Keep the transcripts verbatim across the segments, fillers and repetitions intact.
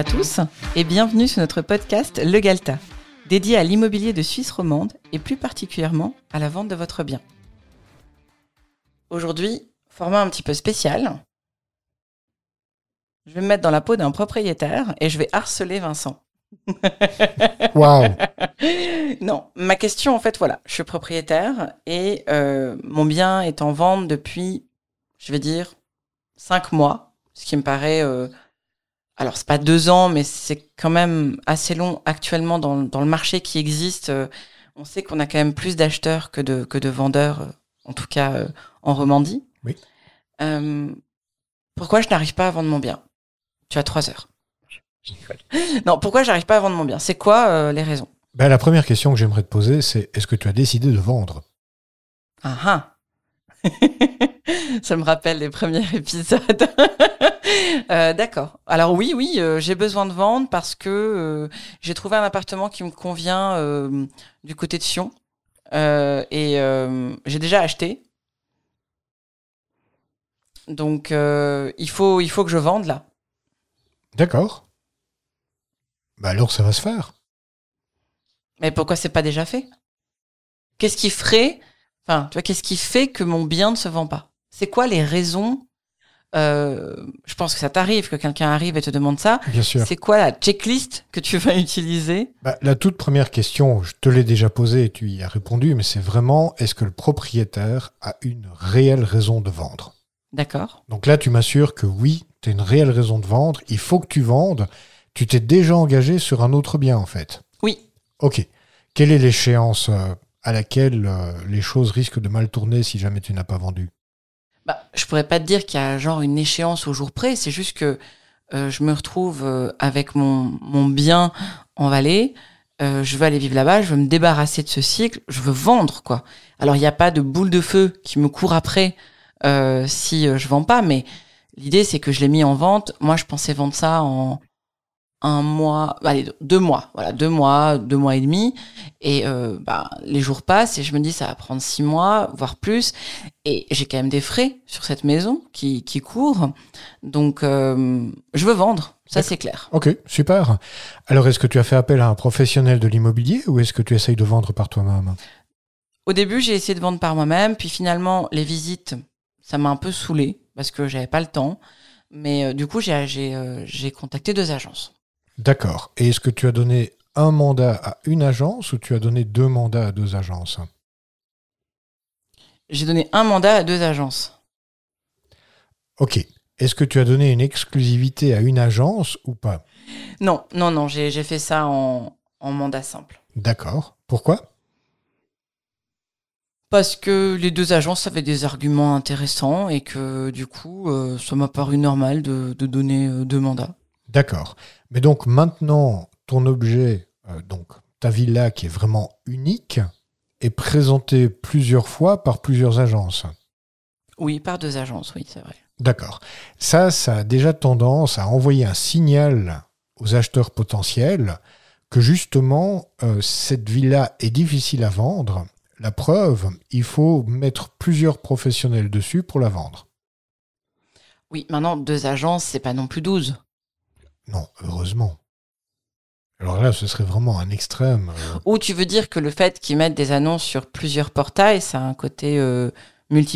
à tous et bienvenue sur notre podcast Le Galta, dédié à l'immobilier de Suisse romande et plus particulièrement à la vente de votre bien. Aujourd'hui, format un petit peu spécial. Je vais me mettre dans la peau d'un propriétaire et je vais harceler Vincent. Waouh. Non, ma question en fait, voilà, je suis propriétaire et euh, mon bien est en vente depuis, je vais dire, cinq mois, ce qui me paraît... Euh, alors, c'est pas deux ans, mais c'est quand même assez long actuellement dans, dans le marché qui existe. Euh, on sait qu'on a quand même plus d'acheteurs que de, que de vendeurs, euh, en tout cas euh, en Romandie. Oui. Euh, pourquoi je n'arrive pas à vendre mon bien ? Tu as trois heures. Non, pourquoi j'arrive pas à vendre mon bien ? C'est quoi euh, les raisons ? Ben, la première question que j'aimerais te poser, c'est est-ce que tu as décidé de vendre ? Ah ah. Ça me rappelle les premiers épisodes. euh, d'accord. Alors oui, oui, euh, j'ai besoin de vendre parce que euh, j'ai trouvé un appartement qui me convient euh, du côté de Sion. Euh, et euh, j'ai déjà acheté. Donc euh, il faut, il faut que je vende là. D'accord. Ben alors ça va se faire. Mais pourquoi c'est pas déjà fait ? Qu'est-ce qui ferait... Enfin, tu vois, qu'est-ce qui fait que mon bien ne se vend pas ? C'est quoi les raisons ? euh, Je pense que ça t'arrive, que quelqu'un arrive et te demande ça. Bien sûr. C'est quoi la checklist que tu vas utiliser ? Ben, la toute première question, je te l'ai déjà posée et tu y as répondu, mais c'est vraiment est-ce que le propriétaire a une réelle raison de vendre ? D'accord. Donc là, tu m'assures que oui, tu as une réelle raison de vendre, il faut que tu vendes. Tu t'es déjà engagé sur un autre bien, en fait. Oui. Ok. Quelle est l'échéance euh, à laquelle euh, les choses risquent de mal tourner si jamais tu n'as pas vendu ? Bah, je pourrais pas te dire qu'il y a genre une échéance au jour près. C'est juste que euh, je me retrouve euh, avec mon, mon bien en Valais. Euh, je veux aller vivre là-bas. Je veux me débarrasser de ce cycle. Je veux vendre, quoi. Alors, il n'y a pas de boule de feu qui me court après euh, si euh, je vends pas. Mais l'idée, c'est que je l'ai mis en vente. Moi, je pensais vendre ça en un mois, allez, deux mois, voilà, deux mois, deux mois et demi. Et euh, bah, les jours passent et je me dis ça va prendre six mois, voire plus. Et j'ai quand même des frais sur cette maison qui, qui courent. Donc, euh, je veux vendre, ça c'est clair. Ok, super. Alors, est-ce que tu as fait appel à un professionnel de l'immobilier ou est-ce que tu essayes de vendre par toi-même ? Au début, j'ai essayé de vendre par moi-même. Puis finalement, les visites, ça m'a un peu saoulée parce que j'avais pas le temps. Mais euh, du coup, j'ai, j'ai, euh, j'ai contacté deux agences. D'accord. Et est-ce que tu as donné un mandat à une agence ou tu as donné deux mandats à deux agences ? J'ai donné un mandat à deux agences. Ok. Est-ce que tu as donné une exclusivité à une agence ou pas ? Non, non, non, j'ai, j'ai fait ça en, en mandat simple. D'accord. Pourquoi ? Parce que les deux agences avaient des arguments intéressants et que du coup, euh, ça m'a paru normal de, de donner euh, deux mandats. D'accord. Mais donc maintenant, ton objet, euh, donc ta villa qui est vraiment unique, est présentée plusieurs fois par plusieurs agences. Oui, par deux agences, oui, c'est vrai. D'accord. Ça, ça a déjà tendance à envoyer un signal aux acheteurs potentiels que justement, euh, cette villa est difficile à vendre. La preuve, il faut mettre plusieurs professionnels dessus pour la vendre. Oui, maintenant, deux agences, c'est pas non plus douze. Non, heureusement. Alors là, ce serait vraiment un extrême. Euh... Ou tu veux dire que le fait qu'ils mettent des annonces sur plusieurs portails, ça a un côté euh, multiplication ?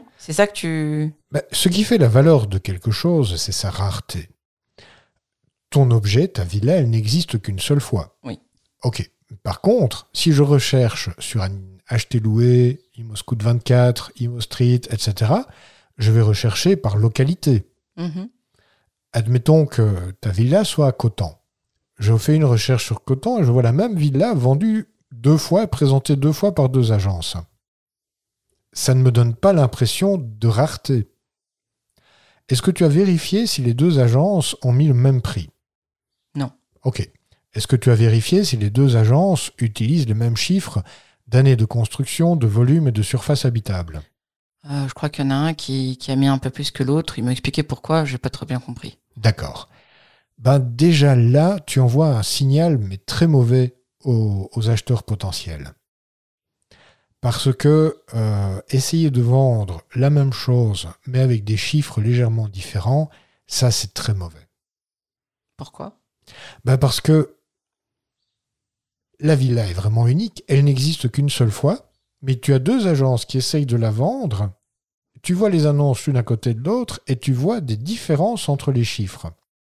C'est ça que tu... Ben, ce qui fait la valeur de quelque chose, c'est sa rareté. Ton objet, ta villa, elle n'existe qu'une seule fois. Oui. Ok. Par contre, si je recherche sur un acheter-louer, ImmoScout vingt-quatre, ImmoStreet, et cetera, je vais rechercher par localité. Mm-hmm. Admettons que ta villa soit à Coton. Je fais une recherche sur Coton et je vois la même villa vendue deux fois, présentée deux fois par deux agences. Ça ne me donne pas l'impression de rareté. Est-ce que tu as vérifié si les deux agences ont mis le même prix ? Non. Ok. Est-ce que tu as vérifié si les deux agences utilisent les mêmes chiffres d'années de construction, de volume et de surface habitable ? Euh, je crois qu'il y en a un qui, qui a mis un peu plus que l'autre. Il m'a expliqué pourquoi, j'ai pas trop bien compris. D'accord. Ben déjà là, tu envoies un signal, mais très mauvais, aux, aux acheteurs potentiels. Parce que euh, essayer de vendre la même chose, mais avec des chiffres légèrement différents, ça c'est très mauvais. Pourquoi ? Ben parce que la villa est vraiment unique, elle n'existe qu'une seule fois, mais tu as deux agences qui essayent de la vendre, tu vois les annonces l'une à côté de l'autre et tu vois des différences entre les chiffres.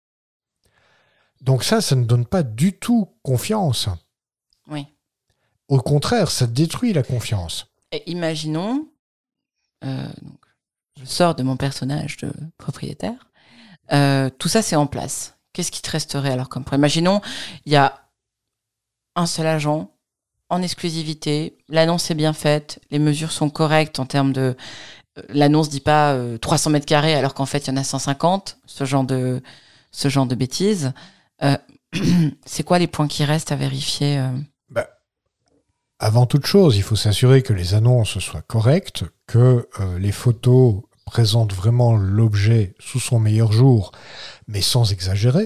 Donc ça, ça ne donne pas du tout confiance. Oui. Au contraire, ça détruit la confiance. Et imaginons, euh, donc, je sors de mon personnage de propriétaire, euh, tout ça c'est en place. Qu'est-ce qui te resterait alors comme point? Imaginons, il y a un seul agent, en exclusivité, l'annonce est bien faite, les mesures sont correctes en termes de... L'annonce dit pas euh, trois cents mètres carrés alors qu'en fait il y en a cent cinquante, ce genre de, ce genre de bêtises. Euh, c'est quoi les points qui restent à vérifier euh bah, Avant toute chose, il faut s'assurer que les annonces soient correctes, que euh, les photos présentent vraiment l'objet sous son meilleur jour, mais sans exagérer.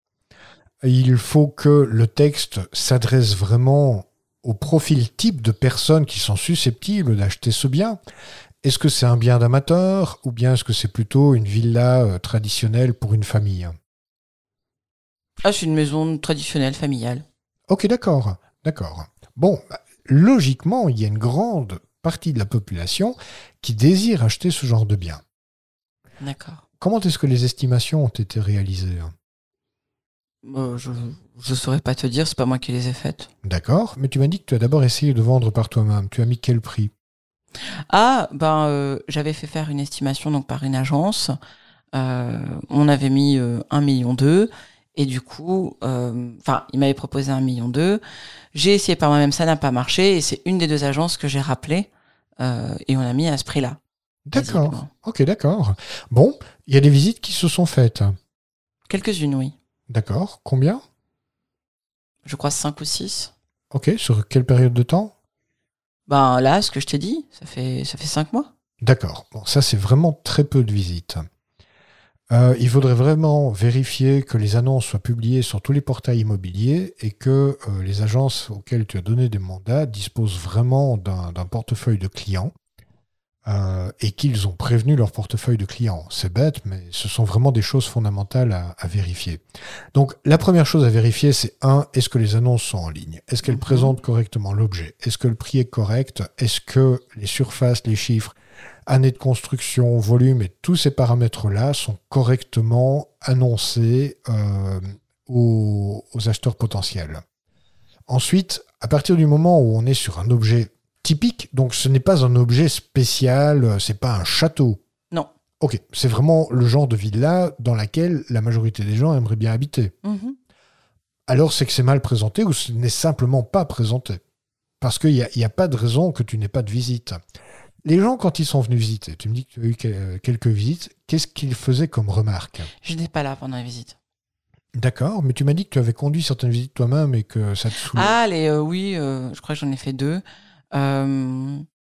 Il faut que le texte s'adresse vraiment au profil type de personnes qui sont susceptibles d'acheter ce bien. Est-ce que c'est un bien d'amateur ou bien est-ce que c'est plutôt une villa euh, traditionnelle pour une famille? Ah, c'est une maison traditionnelle, familiale. Ok, d'accord, d'accord. Bon, bah, logiquement, il y a une grande partie de la population qui désire acheter ce genre de bien. D'accord. Comment est-ce que les estimations ont été réalisées? Euh, je ne saurais pas te dire, c'est pas moi qui les ai faites. D'accord, mais tu m'as dit que tu as d'abord essayé de vendre par toi-même. Tu as mis quel prix? Ah, ben, euh, j'avais fait faire une estimation donc par une agence. Euh, on avait mis euh, un million deux. Et du coup, euh, enfin, il m'avait proposé un million deux. J'ai essayé par moi-même, ça n'a pas marché. Et c'est une des deux agences que j'ai rappelé. Euh, et on a mis à ce prix-là. D'accord, basiquement. ok, d'accord. Bon, il y a des visites qui se sont faites. Quelques-unes, oui. D'accord, combien? Je crois cinq ou six. Ok, sur quelle période de temps? Ben là, ce que je t'ai dit, ça fait, ça fait cinq mois. D'accord, bon, ça c'est vraiment très peu de visites. Euh, il faudrait vraiment vérifier que les annonces soient publiées sur tous les portails immobiliers et que euh, les agences auxquelles tu as donné des mandats disposent vraiment d'un, d'un portefeuille de clients euh, et qu'ils ont prévenu leur portefeuille de clients. C'est bête, mais ce sont vraiment des choses fondamentales à, à vérifier. Donc la première chose à vérifier, c'est un, est-ce que les annonces sont en ligne? Est-ce qu'elles Mhm. présentent correctement l'objet? Est-ce que le prix est correct? Est-ce que les surfaces, les chiffres, année de construction, volume et tous ces paramètres-là sont correctement annoncés euh, aux, aux acheteurs potentiels. Ensuite, à partir du moment où on est sur un objet typique, donc ce n'est pas un objet spécial, c'est pas un château. Non. Ok, c'est vraiment le genre de villa dans laquelle la majorité des gens aimeraient bien habiter. Mhm. Alors c'est que c'est mal présenté ou ce n'est simplement pas présenté. Parce qu'il n'y a, y a pas de raison que tu n'aies pas de visite. Les gens, quand ils sont venus visiter, tu me dis que tu as eu quelques visites, qu'est-ce qu'ils faisaient comme remarque? Je n'étais pas là pendant la visite. D'accord, mais tu m'as dit que tu avais conduit certaines visites toi-même et que ça te saoulait. Ah, les, euh, oui, euh, je crois que j'en ai fait deux. Euh...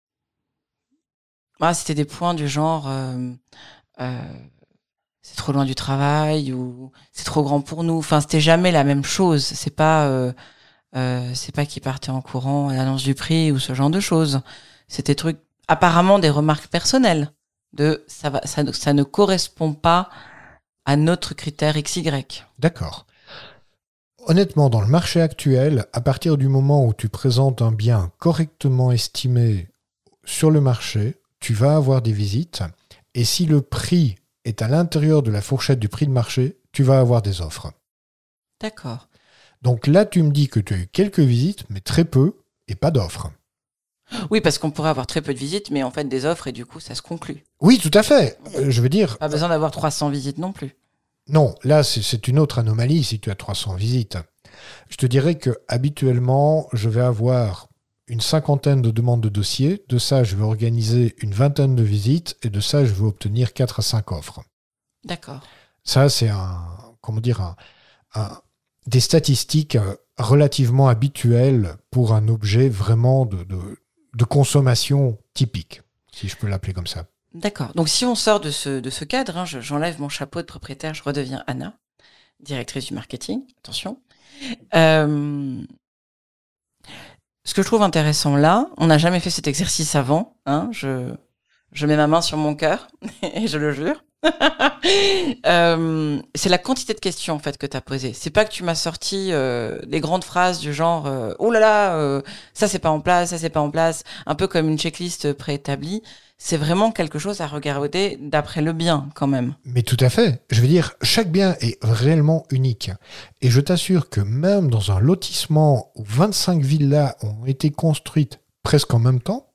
Ah, c'était des points du genre, euh, euh, c'est trop loin du travail ou c'est trop grand pour nous. Enfin, c'était jamais la même chose. C'est pas, euh, euh, c'est pas qu'ils partaient en courant à l'annonce du prix ou ce genre de choses. C'était des trucs, apparemment des remarques personnelles. De ça va, ça, ça ne correspond pas à notre critère X Y. D'accord. Honnêtement, dans le marché actuel, à partir du moment où tu présentes un bien correctement estimé sur le marché, tu vas avoir des visites. Et si le prix est à l'intérieur de la fourchette du prix de marché, tu vas avoir des offres. D'accord. Donc là, tu me dis que tu as eu quelques visites, mais très peu, et pas d'offres. Oui, parce qu'on pourrait avoir très peu de visites, mais en fait des offres et du coup ça se conclut. Oui, tout à fait. Euh, je veux dire... Pas besoin d'avoir trois cents visites non plus. Non, là, c'est, c'est une autre anomalie si tu as trois cents visites. Je te dirais que habituellement, je vais avoir une cinquantaine de demandes de dossiers. De ça, je vais organiser une vingtaine de visites et de ça, je vais obtenir quatre à cinq offres. D'accord. Ça, c'est un, comment dire, un, un, des statistiques relativement habituelles pour un objet vraiment de, de, de consommation typique, si je peux l'appeler comme ça. D'accord. Donc si on sort de ce, de ce cadre, hein, je, j'enlève mon chapeau de propriétaire, je redeviens Anna, directrice du marketing. Attention. Euh, ce que je trouve intéressant là, on n'a jamais fait cet exercice avant. Hein, je, je mets ma main sur mon cœur et je le jure. Euh, c'est la quantité de questions en fait que tu as posées. C'est pas que tu m'as sorti euh, des grandes phrases du genre euh, oh là là, euh, ça c'est pas en place, ça c'est pas en place, un peu comme une checklist préétablie. C'est vraiment quelque chose à regarder d'après le bien quand même. Mais tout à fait. Je veux dire, chaque bien est réellement unique. Et je t'assure que même dans un lotissement où vingt-cinq villas ont été construites presque en même temps,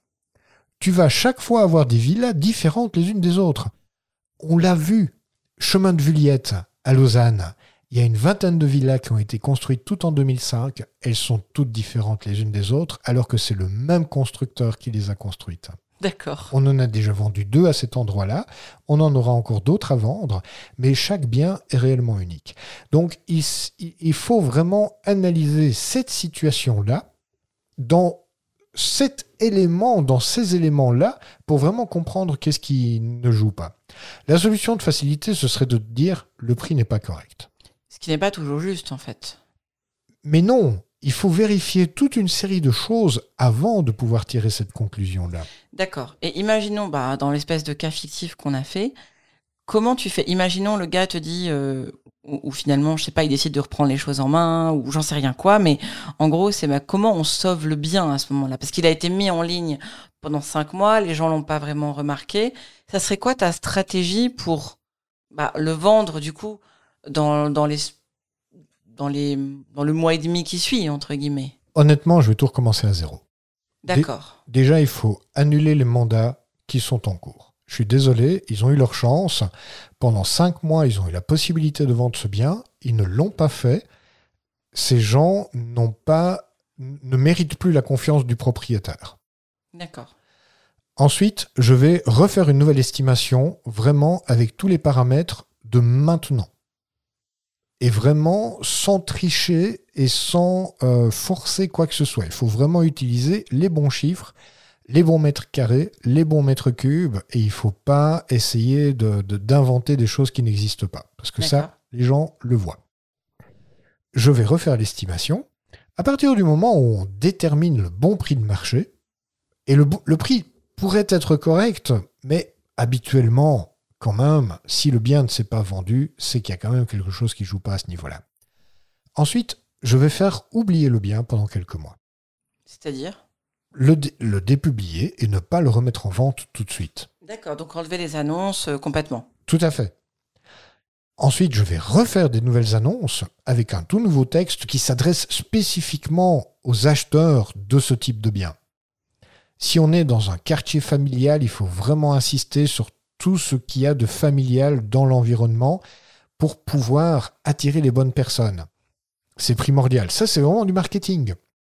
tu vas chaque fois avoir des villas différentes les unes des autres. On l'a vu, chemin de Vuillette à Lausanne, il y a une vingtaine de villas qui ont été construites toutes en deux mille cinq. Elles sont toutes différentes les unes des autres, alors que c'est le même constructeur qui les a construites. D'accord. On en a déjà vendu deux à cet endroit-là. On en aura encore d'autres à vendre, mais chaque bien est réellement unique. Donc, il, il faut vraiment analyser cette situation-là dans cet élément, dans ces éléments-là, pour vraiment comprendre qu'est-ce qui ne joue pas. La solution de facilité, ce serait de dire le prix n'est pas correct. Ce qui n'est pas toujours juste, en fait. Mais non, il faut vérifier toute une série de choses avant de pouvoir tirer cette conclusion-là. D'accord. Et imaginons, bah, dans l'espèce de cas fictif qu'on a fait, comment tu fais ? Imaginons le gars te dit, euh, ou, ou finalement, je sais pas, il décide de reprendre les choses en main, ou j'en sais rien quoi, mais en gros, c'est bah, comment on sauve le bien à ce moment-là ? Parce qu'il a été mis en ligne pendant cinq mois, les gens l'ont pas vraiment remarqué. Ça serait quoi ta stratégie pour bah, le vendre, du coup, dans, dans, les, dans, les, dans le mois et demi qui suit, entre guillemets ? Honnêtement, je vais tout recommencer à zéro. D'accord. Dé- déjà, il faut annuler les mandats qui sont en cours. Je suis désolé, ils ont eu leur chance. Pendant cinq mois, ils ont eu la possibilité de vendre ce bien. Ils ne l'ont pas fait. Ces gens n'ont pas, ne méritent plus la confiance du propriétaire. D'accord. Ensuite, je vais refaire une nouvelle estimation, vraiment avec tous les paramètres de maintenant. Et vraiment sans tricher et sans euh, forcer quoi que ce soit. Il faut vraiment utiliser les bons chiffres, les bons mètres carrés, les bons mètres cubes, et il ne faut pas essayer de, de, d'inventer des choses qui n'existent pas. Parce que D'accord. ça, les gens le voient. Je vais refaire l'estimation. À partir du moment où on détermine le bon prix de marché, et le, le prix pourrait être correct, mais habituellement, quand même, si le bien ne s'est pas vendu, c'est qu'il y a quand même quelque chose qui ne joue pas à ce niveau-là. Ensuite, je vais faire oublier le bien pendant quelques mois. C'est-à-dire ? Le, dé- le dépublier et ne pas le remettre en vente tout de suite. D'accord, donc enlever les annonces euh, complètement. Tout à fait. Ensuite, je vais refaire des nouvelles annonces avec un tout nouveau texte qui s'adresse spécifiquement aux acheteurs de ce type de bien. Si on est dans un quartier familial, il faut vraiment insister sur tout ce qu'il y a de familial dans l'environnement pour pouvoir attirer les bonnes personnes. C'est primordial. Ça, c'est vraiment du marketing.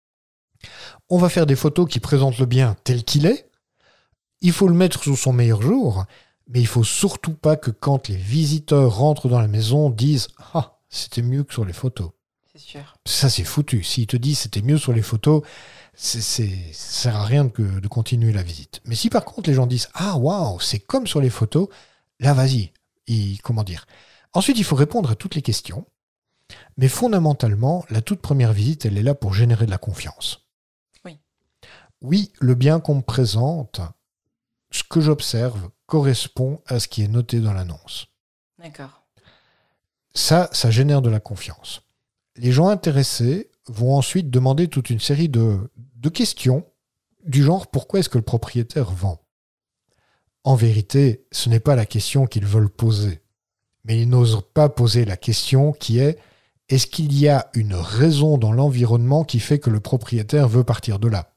On va faire des photos qui présentent le bien tel qu'il est. Il faut le mettre sous son meilleur jour, mais il ne faut surtout pas que quand les visiteurs rentrent dans la maison, disent « Ah, c'était mieux que sur les photos ». C'est sûr. Ça, c'est foutu. S'ils te disent « C'était mieux sur les photos », c'est, c'est, ça sert à rien de, de continuer la visite. Mais si par contre les gens disent « Ah, waouh, c'est comme sur les photos », là, vas-y. Et, comment dire ? Ensuite, il faut répondre à toutes les questions. Mais fondamentalement, la toute première visite, elle est là pour générer de la confiance. Oui. Oui, le bien qu'on me présente, ce que j'observe correspond à ce qui est noté dans l'annonce. D'accord. Ça, ça génère de la confiance. Les gens intéressés vont ensuite demander toute une série de, de questions du genre « Pourquoi est-ce que le propriétaire vend ?» En vérité, ce n'est pas la question qu'ils veulent poser. Mais ils n'osent pas poser la question qui est « Est-ce qu'il y a une raison dans l'environnement qui fait que le propriétaire veut partir de là ?»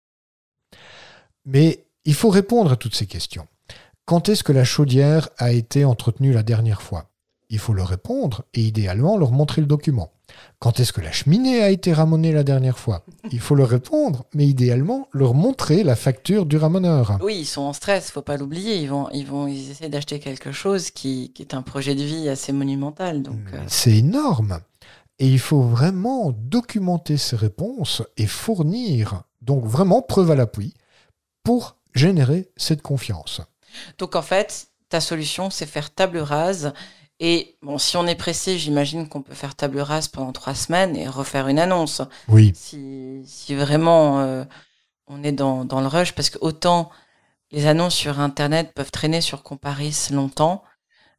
Mais il faut répondre à toutes ces questions. Quand est-ce que la chaudière a été entretenue la dernière fois ? Il faut leur répondre et idéalement leur montrer le document. Quand est-ce que la cheminée a été ramonée la dernière fois ? Il faut leur répondre, mais idéalement leur montrer la facture du ramoneur. Oui, ils sont en stress, faut pas l'oublier. Ils vont, ils vont, ils essaient d'acheter quelque chose qui, qui est un projet de vie assez monumental. Donc, euh... c'est énorme. Et il faut vraiment documenter ces réponses et fournir, donc vraiment preuve à l'appui, pour générer cette confiance. Donc en fait, ta solution, c'est faire table rase. Et bon, si on est pressé, j'imagine qu'on peut faire table rase pendant trois semaines et refaire une annonce. Oui. Si, si vraiment euh, on est dans, dans le rush, parce que autant les annonces sur Internet peuvent traîner sur Comparis longtemps,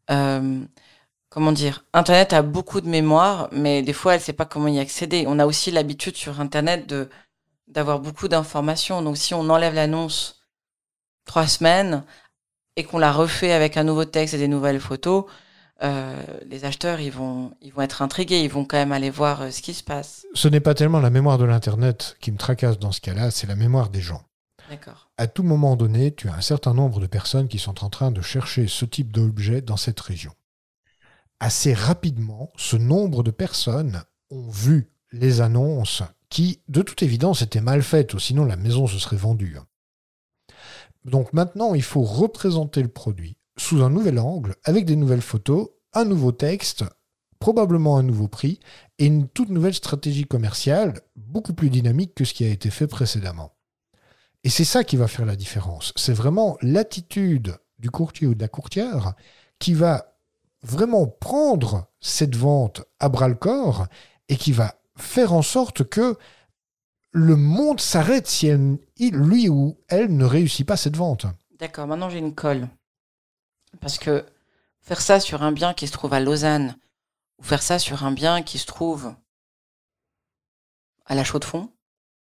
Euh, comment dire, Internet a beaucoup de mémoire, mais des fois, elle ne sait pas comment y accéder. On a aussi l'habitude sur Internet de, d'avoir beaucoup d'informations. Donc, si on enlève l'annonce trois semaines et qu'on la refait avec un nouveau texte et des nouvelles photos, euh, les acheteurs, ils vont, ils vont être intrigués. Ils vont quand même aller voir euh, ce qui se passe. Ce n'est pas tellement la mémoire de l'Internet qui me tracasse dans ce cas-là, c'est la mémoire des gens. D'accord. À tout moment donné, tu as un certain nombre de personnes qui sont en train de chercher ce type d'objet dans cette région. Assez rapidement, ce nombre de personnes ont vu les annonces qui, de toute évidence, étaient mal faites, ou sinon la maison se serait vendue. Donc maintenant, il faut représenter le produit sous un nouvel angle, avec des nouvelles photos, un nouveau texte, probablement un nouveau prix, et une toute nouvelle stratégie commerciale, beaucoup plus dynamique que ce qui a été fait précédemment. Et c'est ça qui va faire la différence. C'est vraiment l'attitude du courtier ou de la courtière qui va vraiment prendre cette vente à bras-le-corps et qui va faire en sorte que le monde s'arrête si elle, il, lui ou elle ne réussit pas cette vente. D'accord, maintenant j'ai une colle. Parce que faire ça sur un bien qui se trouve à Lausanne ou faire ça sur un bien qui se trouve à La Chaux-de-Fonds,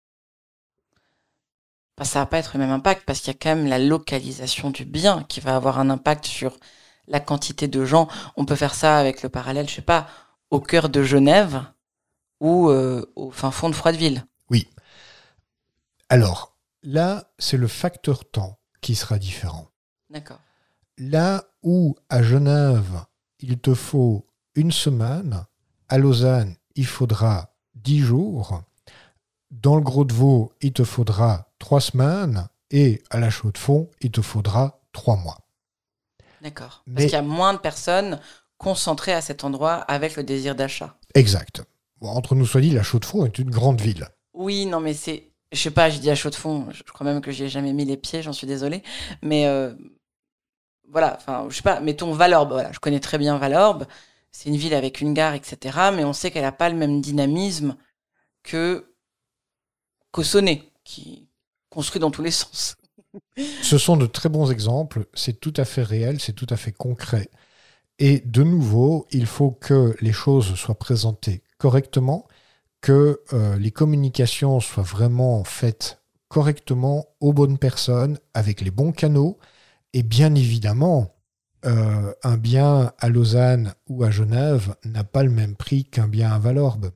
bah, ça va pas être le même impact parce qu'il y a quand même la localisation du bien qui va avoir un impact sur la quantité de gens. On peut faire ça avec le parallèle, je sais pas, au cœur de Genève ou euh, au fin fond de Froideville. Oui. Alors, là, c'est le facteur temps qui sera différent. D'accord. Là où, à Genève, il te faut une semaine, à Lausanne, il faudra dix jours. Dans le Gros de Vaud, il te faudra trois semaines. Et à La Chaux-de-Fonds, il te faudra trois mois. D'accord. Mais... Parce qu'il y a moins de personnes concentrées à cet endroit avec le désir d'achat. Exact. Bon, entre nous soit dit, La Chaux-de-Fonds est une grande ville. Oui, non, mais c'est... Je sais pas, j'ai dit à Chaux-de-Fonds, je crois même que j'y ai jamais mis les pieds, j'en suis désolée. Mais euh, voilà, enfin, je sais pas, mettons Valorbe, voilà, je connais très bien Valorbe. C'est une ville avec une gare, et cetera. Mais on sait qu'elle n'a pas le même dynamisme que Cossonay, qui construit dans tous les sens. Ce sont de très bons exemples, c'est tout à fait réel, c'est tout à fait concret. Et de nouveau, il faut que les choses soient présentées correctement, que euh, les communications soient vraiment faites correctement aux bonnes personnes, avec les bons canaux, et bien évidemment, euh, un bien à Lausanne ou à Genève n'a pas le même prix qu'un bien à Valorbe.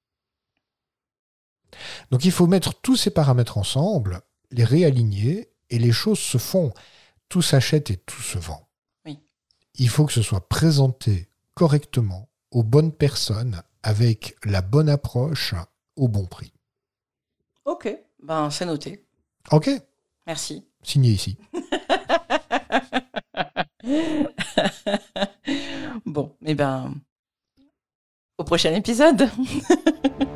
Donc il faut mettre tous ces paramètres ensemble, les réaligner, et les choses se font. Tout s'achète et tout se vend. Oui. Il faut que ce soit présenté correctement aux bonnes personnes, avec la bonne approche, au bon prix. Ok, ben c'est noté. Ok. Merci. Signé ici. Bon, eh ben, au prochain épisode.